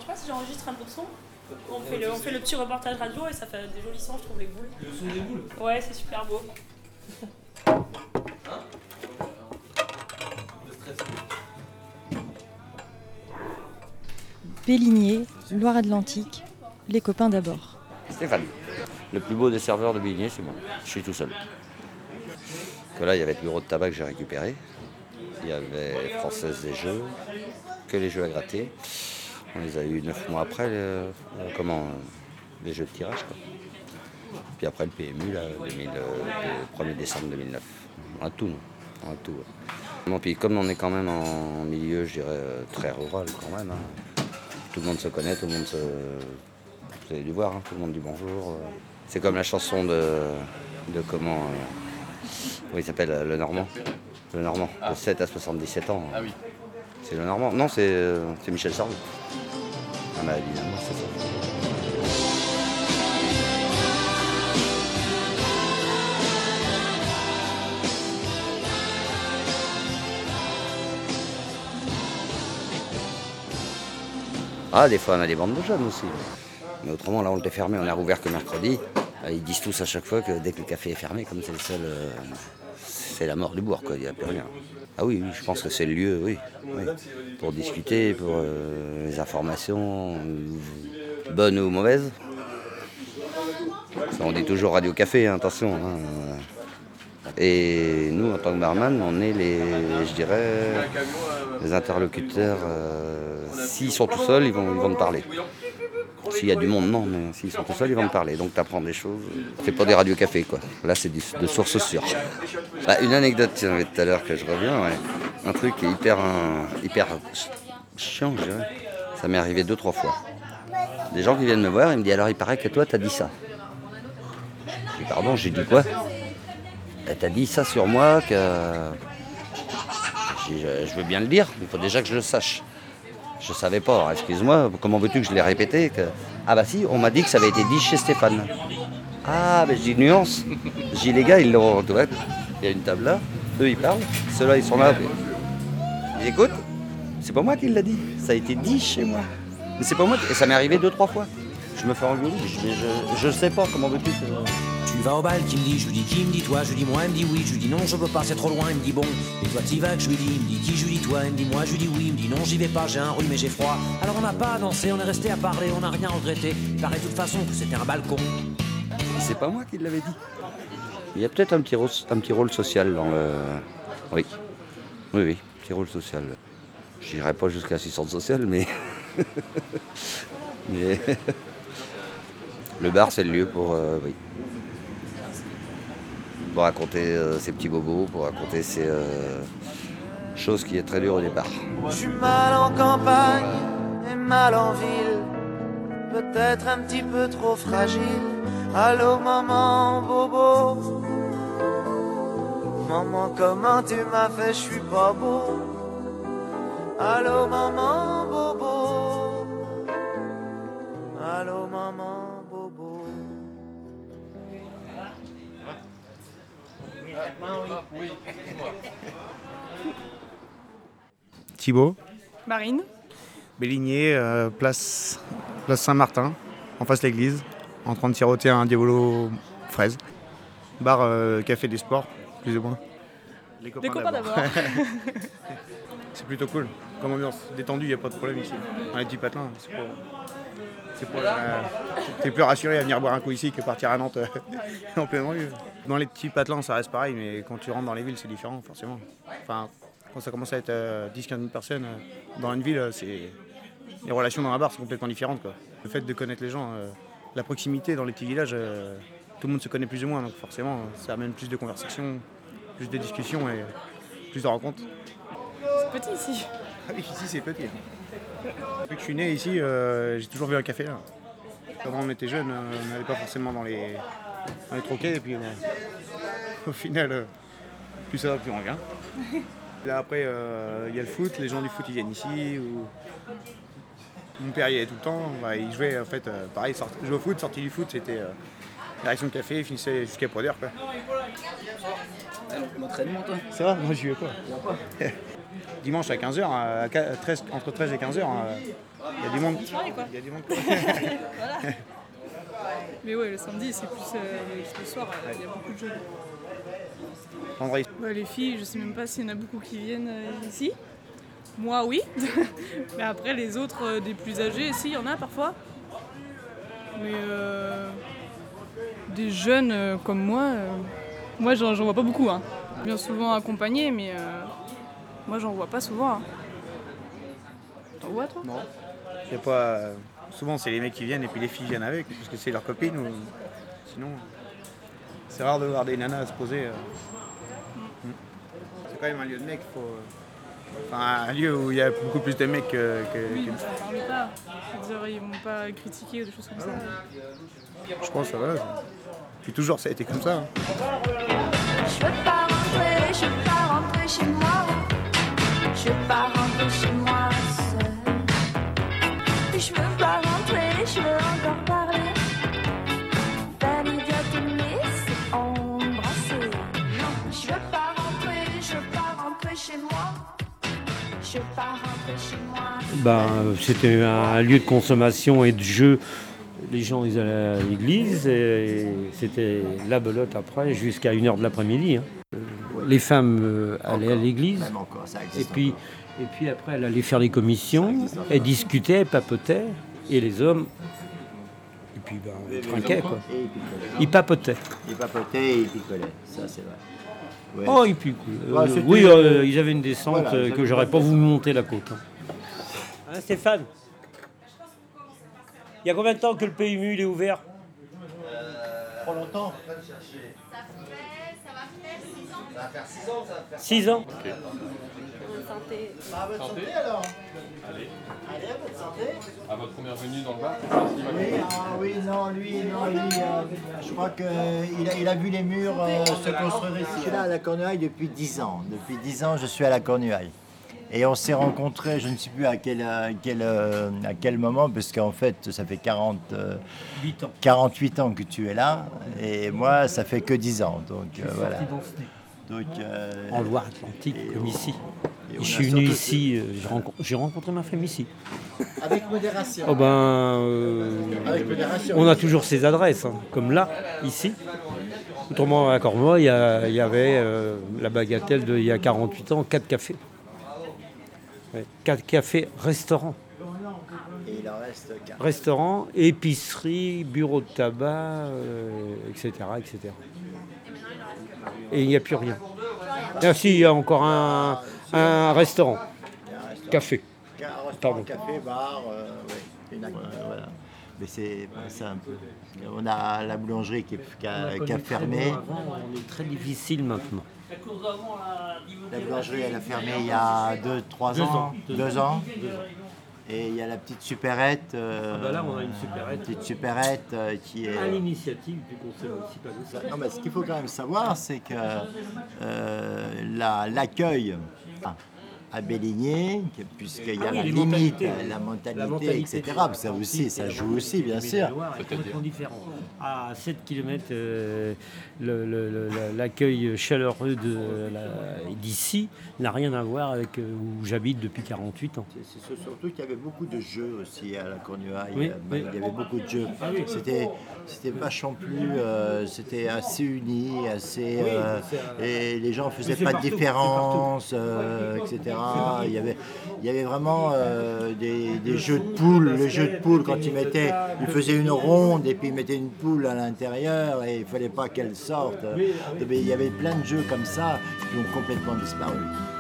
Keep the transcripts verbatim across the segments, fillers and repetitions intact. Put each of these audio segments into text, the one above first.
dérange pas si j'enregistre un peu de son? On fait, le, on fait le petit reportage radio et ça fait des jolis sons, je trouve, les boules. Le son des boules? Ouais, c'est super beau. Hein? Le stress. Bélinier, Loire-Atlantique, les copains d'abord. Stéphane, le plus beau des serveurs de Bélinier, c'est moi. Je suis tout seul. Que là, il y avait le bureau de tabac que j'ai récupéré. Il y avait Française des Jeux, que les jeux à gratter. On les a eu neuf mois après, les, comment, les jeux de tirage, quoi. Puis après le P M U, là, deux mille, euh, le premier décembre deux mille neuf. On a tout, nous. On a tout. Ouais. Bon, puis comme on est quand même en milieu, je dirais, très rural quand même, hein. Tout le monde se connaît, tout le monde se... Vous avez dû voir, hein, tout le monde dit bonjour. C'est comme la chanson de, de comment... Euh, comment il s'appelle, le Normand. Le Normand, de sept à soixante-dix-sept ans. Ah oui. C'est le Normand. Non, c'est, euh, c'est Michel Sardou. Ah bah évidemment, c'est ça. Ah, des fois on a des bandes de jeunes aussi. Mais autrement, là on était fermé, on n'a rouvert que mercredi. Ils disent tous à chaque fois que dès que le café est fermé, comme c'est le seul, euh, c'est la mort du bourg, quoi. Il n'y a plus rien. Ah oui, oui, je pense que c'est le lieu, oui, oui. Pour discuter, pour euh, les informations, euh, bonnes ou mauvaises. On dit toujours radio-café, hein, attention. Hein. Et nous, en tant que barman, on est les, je dirais, les interlocuteurs. Euh, s'ils sont tout seuls, ils vont, ils vont te parler. S'il y a du monde, non, mais s'ils sont tout seuls, ils vont te parler. Donc tu apprends des choses. C'est pas des radios-cafés, quoi. Là, c'est du, de sources sûres. Bah, une anecdote, tiens, tout à l'heure que je reviens, ouais. Un truc qui est hyper, un, hyper chiant, je dirais. Ça m'est arrivé deux, trois fois. Des gens qui viennent me voir, ils me disent, alors il paraît que toi, t'as dit ça. Je dis, pardon, j'ai dit quoi? T'as dit ça sur moi, que... Je, dis, je, je veux bien le dire, il faut déjà que je le sache. Je savais pas, alors, excuse-moi, comment veux-tu que je l'ai répété que... Ah bah si, on m'a dit que ça avait été dit chez Stéphane. Ah, ben bah, je dis nuance. Je dis les gars, ils l'ont... Il y a une table là, eux ils parlent, ceux-là ils sont là. Ils disent, écoute, c'est pas moi qui l'a dit, ça a été dit chez moi. Mais c'est pas moi, qui... et ça m'est arrivé deux, trois fois. Je me fais engueuler, je dis, je, je sais pas, comment veux-tu que... Tu vas au bal, qui me dit, je lui dis qui me dit toi, je lui dis moi, il me dit oui, je lui dis non, je peux pas, c'est trop loin, il me dit bon, et toi t'y vas, que je lui dis, il me dit qui, je lui dis toi, il me dit moi, je lui dis oui, il me dit non, j'y vais pas, j'ai un rhume et j'ai froid. Alors on n'a pas dansé, on est resté à parler, on n'a rien regretté, il paraît de toute façon que c'était un balcon. C'est pas moi qui l'avais dit. Il y a peut-être un petit rôle, un petit rôle social dans le... Oui, oui, oui, petit rôle social. Je n'irai pas jusqu'à assistante sociale, mais... mais... Le bar, c'est le lieu pour... Euh, oui. Pour raconter euh, ses petits bobos, pour raconter ces euh, choses qui est très dures au départ. Je suis mal en campagne et mal en ville, peut-être un petit peu trop fragile. Allô maman bobo, maman comment tu m'as fait, je suis pas beau. Allô maman bobo, allô maman bobo. Thibaut, Marine. Bélinier, euh, place, place Saint-Martin, en face de l'église, en train de siroter un Diavolo fraise. Bar euh, Café des Sports, plus ou moins. Les copains, Les copains d'abord. C'est plutôt cool, comme ambiance, détendu, il n'y a pas de problème ici. On a des petits patelins, c'est pour... C'est pour euh, t'es plus rassuré à venir boire un coup ici que partir à Nantes en pleine rue. Dans les petits patelins, ça reste pareil, mais quand tu rentres dans les villes, c'est différent, forcément. Enfin, quand ça commence à être euh, dix à quinze mille personnes euh, dans une ville, euh, c'est... les relations dans un bar sont complètement différentes, quoi. Le fait de connaître les gens, euh, la proximité dans les petits villages, euh, tout le monde se connaît plus ou moins, donc forcément, ça amène plus de conversations, plus de discussions et plus de rencontres. C'est petit ici. Ah oui, ici c'est petit. Depuis que je suis né ici, euh, j'ai toujours vu un café là. Quand on était jeune, euh, on n'allait pas forcément dans les, dans les troquets et puis euh, au final, euh, plus ça va, plus on vient. Là après, il euh, y a le foot, les gens du foot ils viennent ici. Ou... Mon père y allait tout le temps, bah, il jouait en fait, euh, pareil, sort... jouait au foot, sorti du foot, c'était euh, direction de café, il finissait jusqu'à Prodère quoi. L'entraînement toi? Ça va, moi j'y vais pas. dimanche à quinze heures, à treize, entre treize et quinze heures, il y a du monde. Soirée, quoi. Il y a du monde. Voilà. Mais ouais, le samedi, c'est plus euh, le soir, il y a beaucoup de jeux. André. Bah, les filles, je sais même pas s'il y en a beaucoup qui viennent euh, ici. Moi, oui. Mais après, les autres, euh, des plus âgés, si, il y en a parfois. Mais euh, des jeunes euh, comme moi, euh, moi, j'en, j'en vois pas beaucoup. Hein. Bien souvent accompagnés, mais euh, moi, j'en vois pas souvent. Hein. T'en vois, toi? Non. C'est pas. Euh, souvent, c'est les mecs qui viennent et puis les filles viennent avec, parce que c'est leurs copines. Ou... Sinon, c'est rare de voir des nanas se poser. Euh... Mm. C'est quand même un lieu de mecs. Faut... Enfin, un lieu où il y a beaucoup plus de mecs que. que Oui, que... mais ça parle pas. C'est-à-dire, ils vont pas critiquer ou des choses comme ça. Je pense que ça va. Puis toujours, ça a été comme ça. Hein. Je veux pas rentrer, je veux pas rentrer chez moi. Je veux pas rentrer chez moi seule. Je veux pas rentrer, je veux encore parler. Faire l'idiote aimer, c'est embrasser. Non, je veux pas rentrer, je veux pas rentrer chez moi. Je veux pas rentrer chez moi seule. Ben, c'était un lieu de consommation et de jeu. Les gens ils allaient à l'église et c'était la belote après jusqu'à une heure de l'après-midi. Hein. Les femmes euh, allaient à l'église Même encore, ça et existe puis, encore. et puis après elles allaient faire les commissions, elles discutaient, elles papotaient et les hommes, et puis ben, ils trinquaient quoi. Et ils picolaient. Ils papotaient. Ils papotaient et ils picolaient, ça c'est vrai. Ouais. Oh, ils picolaient. Ouais, Euh, c'était- oui, euh, ils avaient une descente Voilà, euh, ils que avaient j'aurais une pas descente. voulu monter la côte. Hein. Hein, Stéphane? Il y a combien de temps que le P M U il est ouvert? Trop longtemps. Ça va faire six ans, ça va faire six ans. Santé. À votre santé alors. Allez, Allez, à votre santé. à votre première venue dans le bar. Oui, ah, oui, non, lui, non, lui, euh, je crois qu'il a, il a vu les murs euh, se construire ici. Je suis là à la Cornouaille depuis dix ans. Depuis dix ans, je suis à la Cornouaille. Et on s'est rencontrés, je ne sais plus à quel, à quel, euh, à quel moment, parce qu'en fait, ça fait quarante, euh, huit ans. quarante-huit ans que tu es là, et moi, ça fait que dix ans. Donc euh, voilà. Donc, euh, En Loire-Atlantique, et comme on- ici. et on Je a suis venu surtout- ici, euh, j'ai renco- j'ai rencontré ma femme ici. Avec modération. Oh ben, euh, Avec modération. on a toujours ses adresses, hein, comme là, ici. Autrement, à Cornouailles, il y, a- il y avait euh, la bagatelle de, il y a quarante-huit ans, quatre cafés. Ouais, quatre cafés, restaurants. Et il en reste qu'un. Restaurants, épicerie, bureau de tabac, euh, et cetera, et cetera. Et il n'y a plus rien. Ah si, il y a encore un, un restaurant, Il y a un restaurant. café. Un restaurant, Pardon. café, bar, euh, ouais. Une ac- voilà. Mais c'est ouais, c'est un peu. On a la boulangerie qui, est- qui a, qui a fermé. On est très difficile maintenant. La boulangerie, elle a fermé il y a deux, trois Deux ans. ans. Deux Deux ans. ans. Et il y a la petite supérette. euh, Ah bah là, on a une supérette. Petite supérette euh, qui est. À l'initiative du conseil municipal de Ça- Salles. Non, mais ce qu'il faut quand même savoir, c'est que euh, la- l'accueil à Béligné, que- puisqu'il y a Ah oui, la les limite, mentalités. la mentalité, La mentalité. et cetera. Ça aussi, ça joue aussi, bien sûr. C'est complètement différent. À sept kilomètres, euh, le- le- le- l'accueil chaleureux de la- d'ici n'a rien à voir avec euh, où j'habite depuis quarante-huit ans. C'est c'est surtout qu'il y avait beaucoup de jeux aussi à la Cornouaille. Oui, Euh, oui. Il y avait beaucoup de jeux. Ah oui. C'était, c'était vachement plus, euh, c'était assez uni, assez, Oui, euh, c'est, euh, et les gens faisaient c'est pas partout, de c'est différence, euh, et cetera. Il y avait, il y avait vraiment euh, des, des jeux de poules. Les jeux de poules, quand ils mettaient, ils faisaient une ronde et puis ils mettaient une poule à l'intérieur et il fallait pas qu'elle sorte. Mais il y avait plein de jeux comme ça qui ont complètement disparu.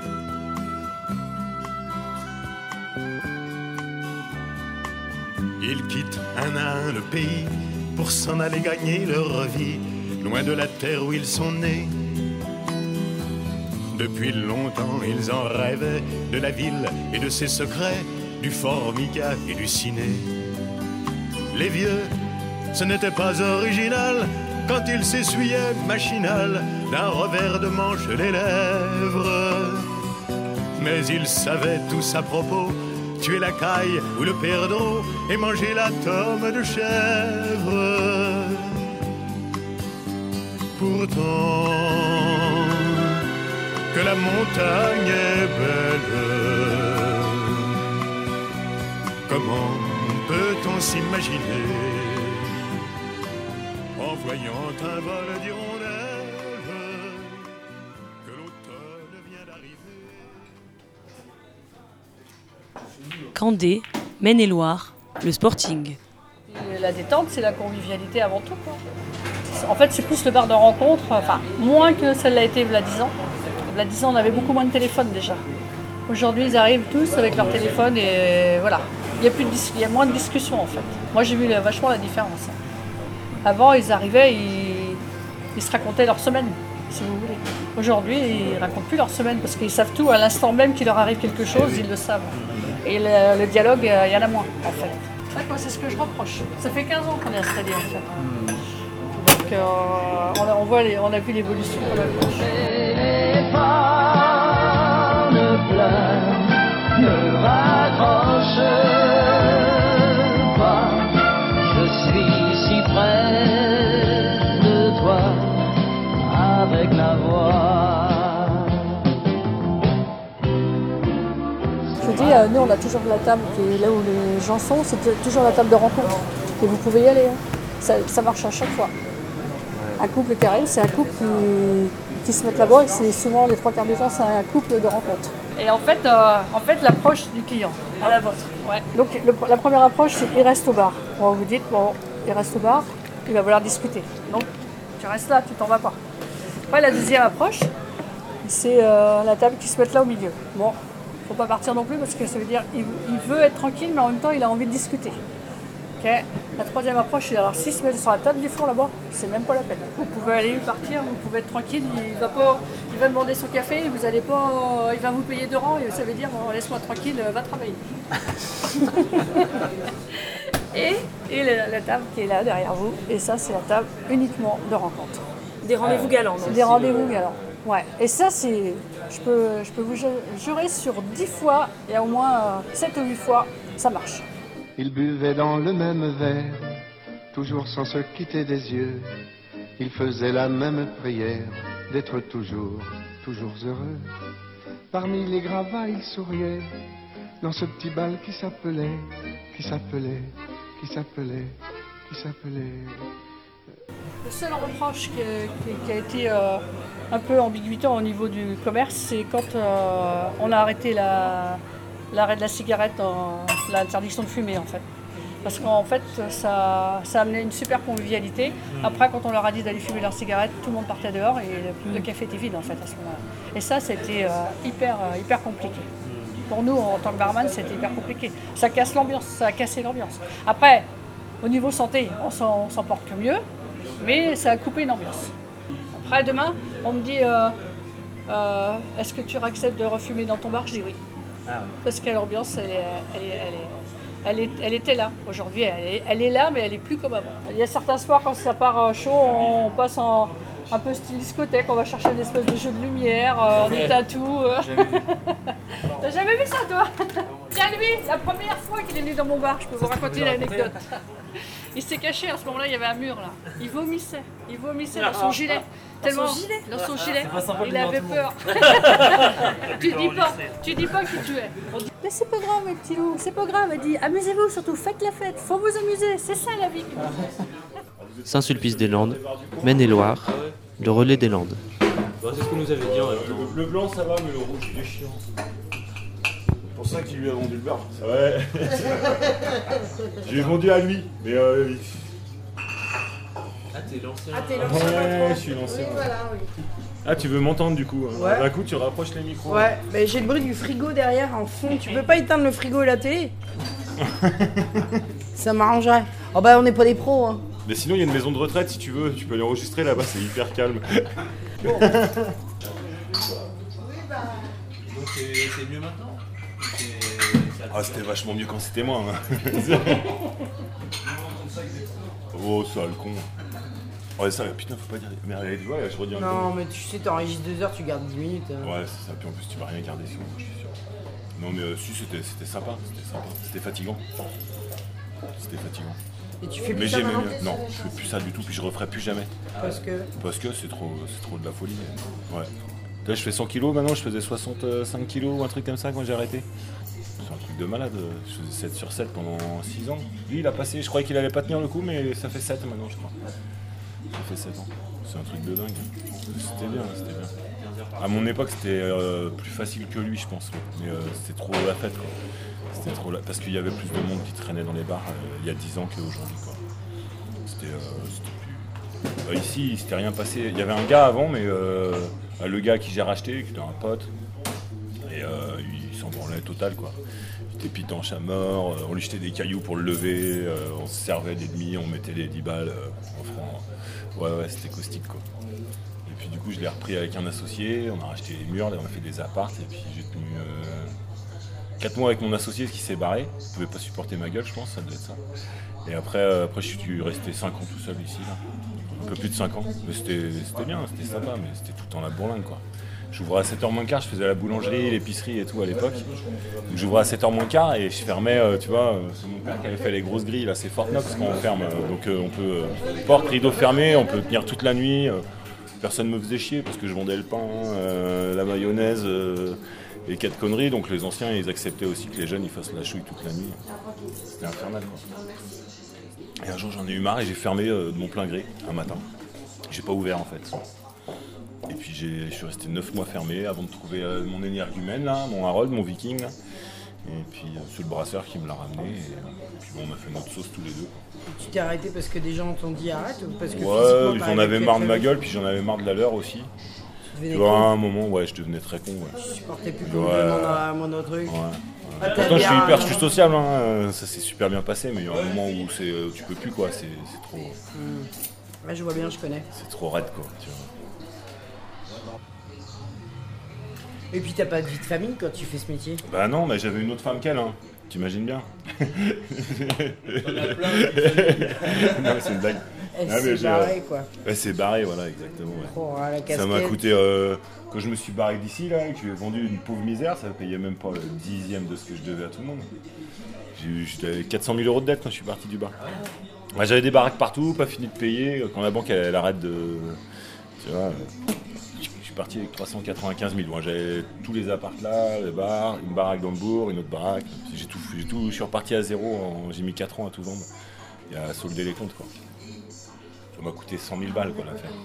Ils quittent un à un le pays pour s'en aller gagner leur vie, loin de la terre où ils sont nés. Depuis longtemps, ils en rêvaient de la ville et de ses secrets, du formica et du ciné. Les vieux, ce n'était pas original quand ils s'essuyaient machinal d'un revers de manche les lèvres. Mais ils savaient tous à propos tuer la caille ou le perdreau et manger la tome de chèvre. Pourtant, que la montagne est belle. Comment peut-on s'imaginer en voyant un vol d'hirondelles que l'automne vient d'arriver? Candé, Maine-et-Loire, le Sporting. La détente, c'est la convivialité avant tout, quoi. En fait, c'est plus le bar de rencontre, enfin, moins que ça l'a été il y a dix ans. Il y a dix ans, on avait beaucoup moins de téléphones déjà. Aujourd'hui, ils arrivent tous avec leur téléphone et voilà. Il y a, plus de dis- il y a moins de discussions, en fait. Moi, j'ai vu vachement la différence. Avant, ils arrivaient, ils, ils se racontaient leur semaine, si vous voulez. Aujourd'hui, ils ne racontent plus leur semaine parce qu'ils savent tout. À l'instant même qu'il leur arrive quelque chose, ils le savent. Et le, le dialogue, il y en a moins, en fait. Ça, quoi, c'est ce que je reproche. Ça fait quinze ans qu'on est installés, en fait. Donc, euh, on, a, on, voit les, on a vu l'évolution qu'on a vue. Les pas ne pleurent, ne raccroche pas. Je suis si près de toi, avec la voix. Je vous dis, euh, nous, on a toujours la table qui est là où les gens sont. C'est toujours la table de rencontre. Et vous pouvez y aller. Hein. Ça, ça marche à chaque fois. Un couple qui arrive, c'est un couple qui, qui se met là-bas et c'est souvent les trois quarts du temps, c'est un couple de rencontre. Et en fait, euh, en fait l'approche du client, à la vôtre. Ouais. Donc le, la première approche, c'est qu'il reste au bar. Bon, vous dites, bon, il reste au bar, il va vouloir discuter. Donc tu restes là, tu t'en vas pas. Après, la deuxième approche, c'est euh, la table qui se met là au milieu. Bon, faut pas partir non plus parce que ça veut dire qu'il il veut être tranquille, mais en même temps, il a envie de discuter. Okay. La troisième approche, c'est alors s'il se met sur la table du fond là-bas, c'est même pas la peine. Vous pouvez aller partir, vous pouvez être tranquille, il va pas, il va demander son café, vous allez pas, il va vous payer deux rangs et ça veut dire bon, laisse-moi tranquille, va travailler. et et la, la table qui est là derrière vous, et ça c'est la table uniquement de rencontre. Des rendez-vous galants. Donc. Des rendez-vous galants. Ouais. Et ça c'est, je peux, je peux vous jurer sur dix fois, il y a au moins sept ou huit fois, ça marche. Ils buvaient dans le même verre, toujours sans se quitter des yeux. Ils faisaient la même prière, d'être toujours, toujours heureux. Parmi les gravats, ils souriaient, dans ce petit bal qui s'appelait, qui s'appelait, qui s'appelait, qui s'appelait... Le seul reproche qui, qui, qui a été euh, un peu ambiguïté au niveau du commerce, c'est quand euh, on a arrêté la... l'arrêt de la cigarette, en, l'interdiction de fumer en fait. Parce qu'en fait, ça, ça a amené une super convivialité. Après, quand on leur a dit d'aller fumer leur cigarette, tout le monde partait dehors et le, le café était vide en fait à ce moment-là. Et ça, c'était euh, hyper, euh, hyper compliqué. Pour nous, en tant que barman, c'était hyper compliqué. Ça casse l'ambiance, ça a cassé l'ambiance. Après, au niveau santé, on s'en, on s'en porte que mieux, mais ça a coupé une ambiance. Après, demain, on me dit euh, euh, est-ce que tu acceptes de refumer dans ton bar? Je dis oui. Ah oui. Parce que l'ambiance, elle, est, elle, est, elle, est, elle, est, elle était là. Aujourd'hui, elle est, elle est là, mais elle est plus comme avant. Il y a certains soirs, quand ça part chaud, on passe en un peu style discothèque. On va chercher une espèce de jeu de lumière, euh, on éteint tout. T'as jamais vu ça, toi? Tiens, lui, la première fois qu'il est venu dans mon bar, je peux vous raconter l'anecdote. Il s'est caché, à ce moment-là, il y avait un mur là. Il vomissait, il vomissait dans son gilet. Tellement, dans son gilet, dans son gilet, il avait peur. tu dis pas, tu dis pas qui tu es. Dit, mais c'est pas grave, mes petits loups, c'est pas grave. Elle dit, amusez-vous surtout, faites la fête, faut vous amuser, c'est ça la vie. Saint-Sulpice-des-Landes, Maine-et-Loire, le relais des Landes. Bah, c'est ce que nous avait dit en même temps. Le, le blanc ça va, mais le rouge il est chiant. C'est pour ça qu'il lui a vendu le bar. Ouais. Je lui ai vendu à lui, mais euh, il... Ah, t'es l'ancien. Ah, t'es l'ancien. Ouais, je suis l'ancien. Oui, voilà, oui. Ah, tu veux m'entendre du coup? Hein. Ouais. D'un coup, tu rapproches les micros. Ouais, mais j'ai le bruit du frigo derrière en fond. Tu peux pas éteindre le frigo et la télé? Ça m'arrangerait. Oh bah, on n'est pas des pros, hein. Mais sinon, il y a une maison de retraite si tu veux. Tu peux aller enregistrer là-bas, c'est hyper calme. Bon. Donc, c'est, c'est mieux maintenant? C'est... Ah, c'était vachement mieux quand c'était moi. Hein. Oh, sale con. Ouais, ça, putain, faut pas dire. Mais allez, tu vois, je redis un peu. Non, mais tu sais, t'enregistres deux heures, tu gardes dix minutes. Hein. Ouais, c'est ça. Puis en plus, tu vas rien garder sur moi, je suis sûr. Non, mais euh, si, c'était, c'était sympa. C'était sympa. C'était fatigant. C'était fatigant. Et tu fais plus mais ça maintenant? Non, je fais plus ça du tout, puis je referai plus jamais. Parce que Parce que c'est trop, c'est trop de la folie. Ouais. Là, je fais cent kilos maintenant, je faisais soixante-cinq kilos ou un truc comme ça quand j'ai arrêté. C'est un truc de malade. Je faisais sept sur sept pendant six ans. Lui, il a passé, je croyais qu'il allait pas tenir le coup, mais ça fait sept maintenant, je crois. Ça fait sept ans. C'est un truc de dingue. C'était bien, c'était bien. À mon époque, c'était euh, plus facile que lui, je pense. Mais euh, c'était trop la fête, quoi. C'était trop la... Parce qu'il y avait plus de monde qui traînait dans les bars euh, il y a dix ans qu'aujourd'hui, quoi. C'était, euh, c'était plus... Euh, ici, il s'était rien passé. Il y avait un gars avant, mais euh, le gars qui j'ai racheté, qui était un pote, et euh, il s'en branlait total, quoi. Il était pitanche à mort, euh, on lui jetait des cailloux pour le lever, euh, on se servait des demi, on mettait les dix balles euh, en francs. Ouais, ouais, c'était caustique, quoi. Et puis du coup, je l'ai repris avec un associé, on a racheté les murs, on a fait des apparts, et puis j'ai tenu euh, quatre mois avec mon associé, ce qui s'est barré. Il pouvait pas supporter ma gueule, je pense, ça devait être ça. Et après, euh, après je suis resté cinq ans tout seul ici, là. Un peu plus de cinq ans. Mais c'était, c'était bien, c'était sympa, mais c'était tout en la bourlingue, quoi. J'ouvrais à sept heures moins quart, je faisais la boulangerie, l'épicerie et tout à l'époque. Donc j'ouvrais à sept heures moins quart et je fermais, euh, tu vois, euh, c'est mon père qui avait fait les grosses grilles, là c'est Fort Knox quand on ferme. Euh, donc euh, on peut, euh, porte, rideau fermé, on peut tenir toute la nuit. Euh, personne me faisait chier parce que je vendais le pain, euh, la mayonnaise euh, et quatre conneries. Donc les anciens, ils acceptaient aussi que les jeunes ils fassent la chouille toute la nuit. C'était infernal, quoi. Et un jour j'en ai eu marre et j'ai fermé euh, de mon plein gré un matin. J'ai pas ouvert en fait. Et puis j'ai, je suis resté neuf mois fermé avant de trouver euh, mon énergumène, là, mon Harold, mon Viking. Là. Et puis euh, c'est le brasseur qui me l'a ramené. Et, euh, puis bon, on a fait notre sauce tous les deux. Tu t'es arrêté parce que des gens t'ont dit arrête ou parce que ouais, j'en avais marre de ma gueule, puis j'en avais marre de la leur aussi. Tu vois, à un moment, ouais, je devenais très con. Ouais. Tu supportais plus qu'on ouais. demande à mon autre truc. Ouais. Ah, pourtant, je suis hyper, je suis sociable, hein. Ça s'est super bien passé, mais il y a un moment où c'est, tu peux plus, quoi. C'est, c'est trop. Mmh. Ouais, je vois bien, je connais. C'est trop raide, quoi. Tu vois. Et puis t'as pas de vie de famille quand tu fais ce métier? Bah non, mais j'avais une autre femme qu'elle, hein. T'imagines bien. Non, c'est une blague. Elle ah, s'est barrée, quoi. Elle s'est barrée, voilà, exactement. Ouais. Oh, la ça m'a coûté, euh, quand je me suis barré d'ici, là, que j'ai vendu une pauvre misère, ça payait même pas le dixième de ce que je devais à tout le monde. J'ai eu quatre cent mille euros de dette quand je suis parti du bar. Ouais, j'avais des baraques partout, pas fini de payer. Quand la banque, elle, elle arrête de... Tu vois... parti avec trois cent quatre-vingt-quinze mille. Moi, j'avais tous les apparts là, les bars, une baraque dans le bourg, une autre baraque. J'ai tout, j'ai tout, je suis reparti à zéro. En, j'ai mis quatre ans à tout vendre et à solder les comptes, quoi. Ça m'a coûté cent mille balles, quoi, l'affaire.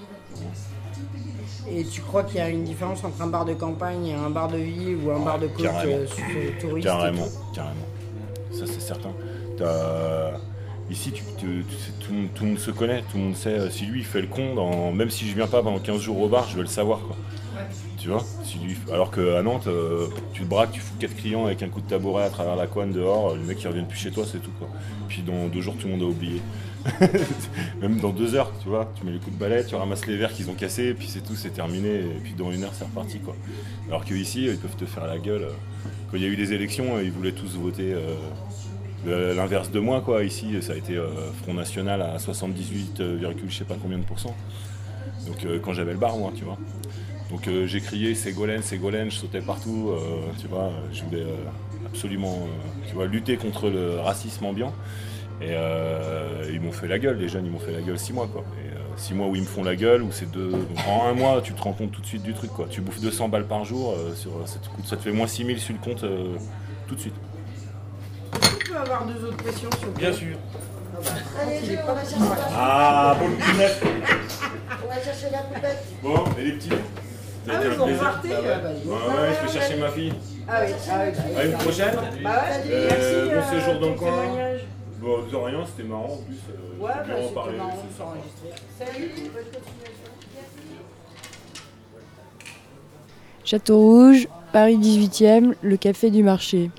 Et tu crois qu'il y a une différence entre un bar de campagne et un bar de ville ou un ouais, bar de côte euh, touristique? Carrément, carrément. Ça, c'est certain. T'as... Ici, tu, tu, tu sais, tout, tout le monde se connaît, tout le monde sait. Si lui, il fait le con, dans, même si je viens pas pendant quinze jours au bar, je vais le savoir, quoi. Ouais. Tu vois si lui, alors qu'à Nantes, euh, tu te braques, tu fous quatre clients avec un coup de tabouret à travers la couenne dehors, les mecs ils reviennent plus chez toi, c'est tout, quoi. Puis dans deux jours, tout le monde a oublié. Même dans deux heures, tu vois, tu mets les coups de balai, tu ramasses les verres qu'ils ont cassés, puis c'est tout, c'est terminé, et puis dans une heure, c'est reparti, quoi. Alors qu'ici, ils peuvent te faire la gueule. Quand il y a eu des élections, ils voulaient tous voter... Euh, l'inverse de moi, quoi. Ici, ça a été euh, Front National à soixante-dix-huit, euh, je sais pas combien de pourcents. Donc euh, quand j'avais le bar, moi, tu vois. Donc euh, j'ai crié Ségolène, Ségolène, je sautais partout, euh, tu vois. Je voulais euh, absolument, euh, tu vois, lutter contre le racisme ambiant. Et euh, ils m'ont fait la gueule, les jeunes, ils m'ont fait la gueule six mois, quoi. Et, euh, six mois où ils me font la gueule, où c'est deux. Donc, en un mois, tu te rends compte tout de suite du truc, quoi. Tu bouffes deux cents balles par jour, euh, sur, ça, te coûte, ça te fait moins six mille sur le compte euh, tout de suite. Tu peux avoir deux autres pressions sur le Bien sûr. Ah, bah, allez, il est pas facile. Ah, bon le petit on va chercher la poupette. Bon, et les petits? Ah oui, vous repartez bah, ouais. Ouais, ouais, je vais chercher ma fille. Ah oui, ah oui. À une prochaine. Bah ouais, euh, merci. Bon séjour dans le coin. Témoignage. Bon, de rien, c'était marrant en plus. Euh, ouais, bah c'était parler, marrant de s'enregistrer. Salut, bonne continuation. Château Rouge, Paris dix-huitième, le café du marché.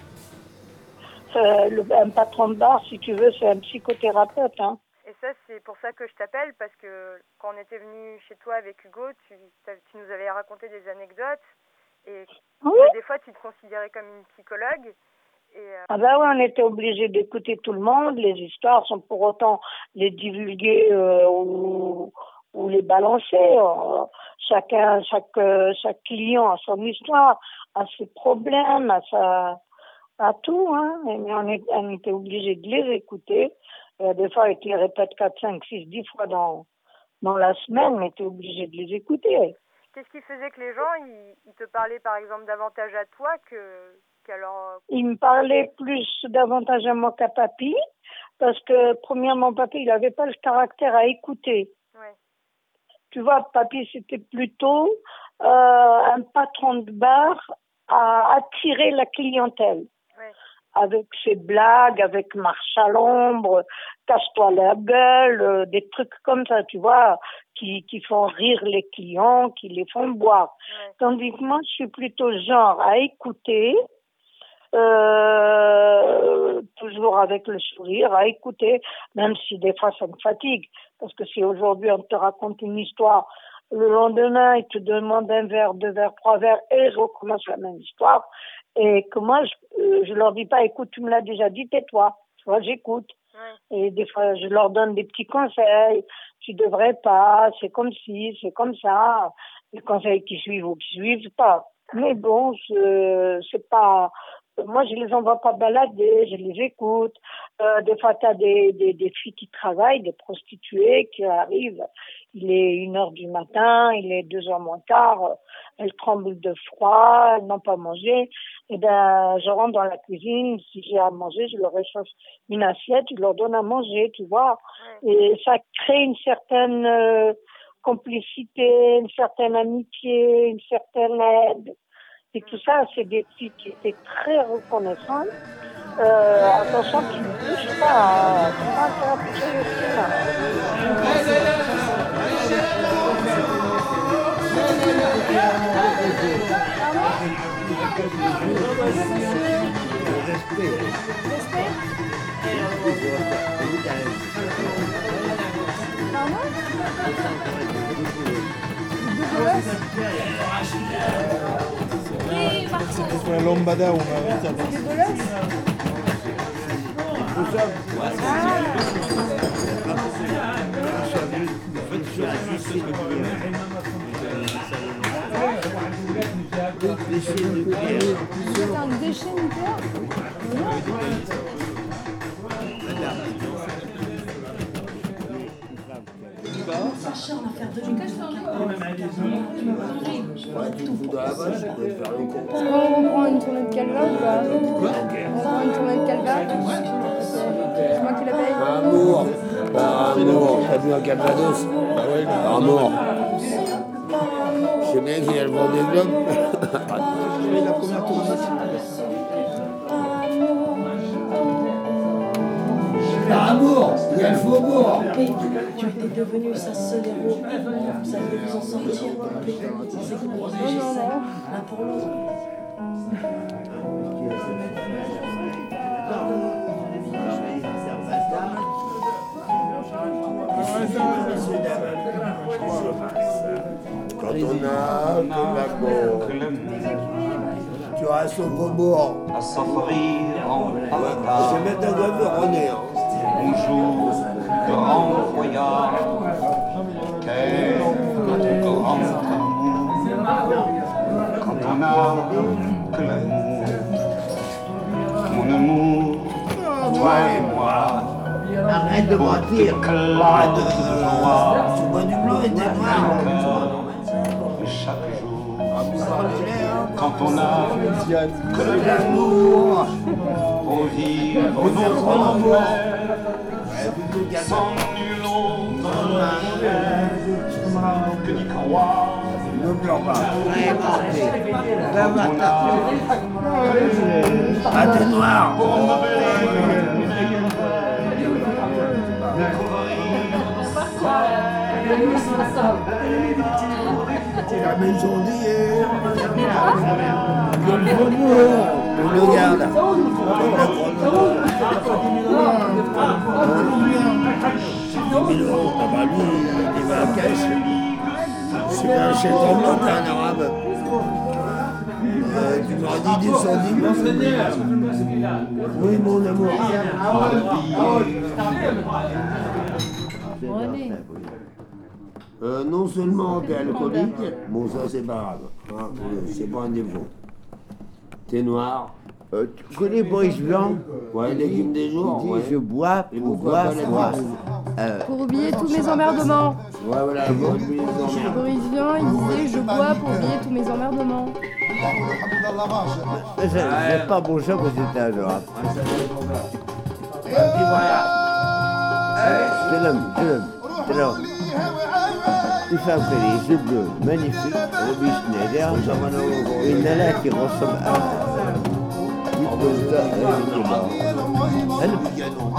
Euh, le, un patron de bar, si tu veux, c'est un psychothérapeute. Hein. Et ça, c'est pour ça que je t'appelle, parce que quand on était venu chez toi avec Hugo, tu, tu nous avais raconté des anecdotes, et oui. Des fois, tu te considérais comme une psychologue. Et euh... Ah ben oui, on était obligé d'écouter tout le monde, les histoires, sans pour autant les divulguer euh, ou, ou les balancer. Euh, chacun, chaque, chaque client a son histoire, a ses problèmes, a sa... à tout, hein. Mais on, est, on était obligé de les écouter. Et des fois, ils te les répètent quatre, cinq, six, dix fois dans, dans la semaine, mais tu es obligé de les écouter. qu'est-ce qui faisait que les gens, ils, ils te parlaient par exemple davantage à toi que, qu'à leur... Il me parlait plus davantage à moi qu'à papy, parce que premièrement, papy, il n'avait pas le caractère à écouter. Ouais. Tu vois, papy, c'était plutôt euh, un patron de bar à attirer la clientèle. Ouais. Avec ses blagues, avec marche à l'ombre, casse-toi la gueule, euh, des trucs comme ça, tu vois, qui, qui font rire les clients, qui les font boire. Ouais. Tandis que moi, je suis plutôt genre à écouter, euh, toujours avec le sourire, à écouter, même si des fois ça me fatigue, parce que si aujourd'hui on te raconte une histoire, le lendemain, ils te demandent un verre, deux verres, trois verres, et je recommence la même histoire. Et que moi, je, euh, je leur dis pas, écoute, tu me l'as déjà dit, tais-toi. Tu vois, j'écoute. Ouais. Et des fois, je leur donne des petits conseils. Tu devrais pas, c'est comme ci, c'est comme ça. Les conseils qui suivent ou qui suivent pas. Mais bon, je, c'est pas, moi, je les envoie pas balader, je les écoute. Euh, des fois, t'as des, des, des filles qui travaillent, des prostituées qui arrivent. Il est une heure du matin, il est deux heures moins quart, elles tremblent de froid, elles n'ont pas mangé. Et ben, je rentre dans la cuisine, si j'ai à manger, je leur réchauffe une assiette, je leur donne à manger, tu vois. Ouais. Et ça crée une certaine euh, complicité, une certaine amitié, une certaine aide. Et tout ça, c'est des filles qui étaient très reconnaissantes. Euh, attention qu'ils ne touchent pas, c'est pas intérêt à toucher le cinéma. Sur la lambada, on a réussi à C'est un déchet nucléaire. Ça cherche à faire de On prend une tournée de calva ou pas? On prend une tournée de calva. C'est moi qui la paye. Par amour, par amour, t'as vu un calvados? Bah ouais, par amour. Je sais bien qu'il y a le vent des globes. la première tournée. Par amour, il y a le faubourg. Tu étais devenu sa seule héros. Vous allez vous en sortir. C'est quoi? Non, non, non. L'un pour l'autre. Quand on a de la cour, tu restes au faubourg. À s'offrir en Je vais mettre un doigt au nez. Bonjour, grand voyage, quel grand amour. Quand on n'a que l'amour, mon amour, toi et moi. Arrête de mentir. Arrête de joie. Tu bois du blanc et t'es noir. Chaque jour, quand on a que l'amour, pour vivre notre enfer, sans nul autre que d'y croire. Ne pleure pas. Va Ah, t'es noir. La maison d'hier, le faubourg, on le garde. dix mille euros, ah bah lui, il va à cash. C'est un chèque en blanc, t'es un arabe. Euh, tu m'aurais dit deux cent dix. Oui, mon amour. Euh, non seulement t'es alcoolique, bon ça c'est pas grave, hein, c'est pas un défaut. T'es noir. Euh, tu connais Boris Blanc? Ouais, légumes des jours. Il dit, ouais. Je bois pour boire froid. Euh, Pour oublier tous mes emmerdements. Ouais, voilà, pour oublier les emmerdes. Boris Vian, il disait je bois pour oublier tous mes emmerdements. Mais c'est c'est pas bon ça parce que c'était adorable. C'est l'homme, c'est l'homme, c'est l'homme. Il fait après les yeux bleus magnifiques, Robbie Schneider, une nana qui ressemble à Nick Bolton, elle est morte. Elle le piano.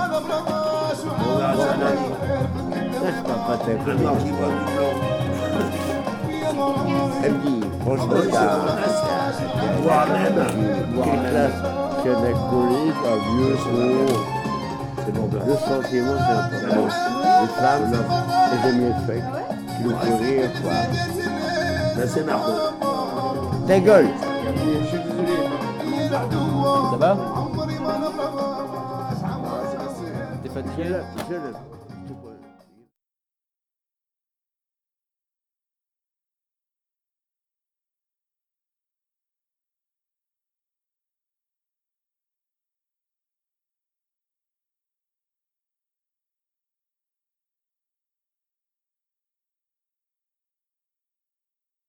Ça, c'est pas pas très cool. Elle dit, franchement, t'as quelle classe, c'est un alcoolique, un vieux, c'est bon. Le sentiment, c'est important. Les femmes, elles aiment les fake, qui nous font rire, quoi. Ben, c'est marrant. Ta gueule. Ça va? T'es fatigué? Je le- je le-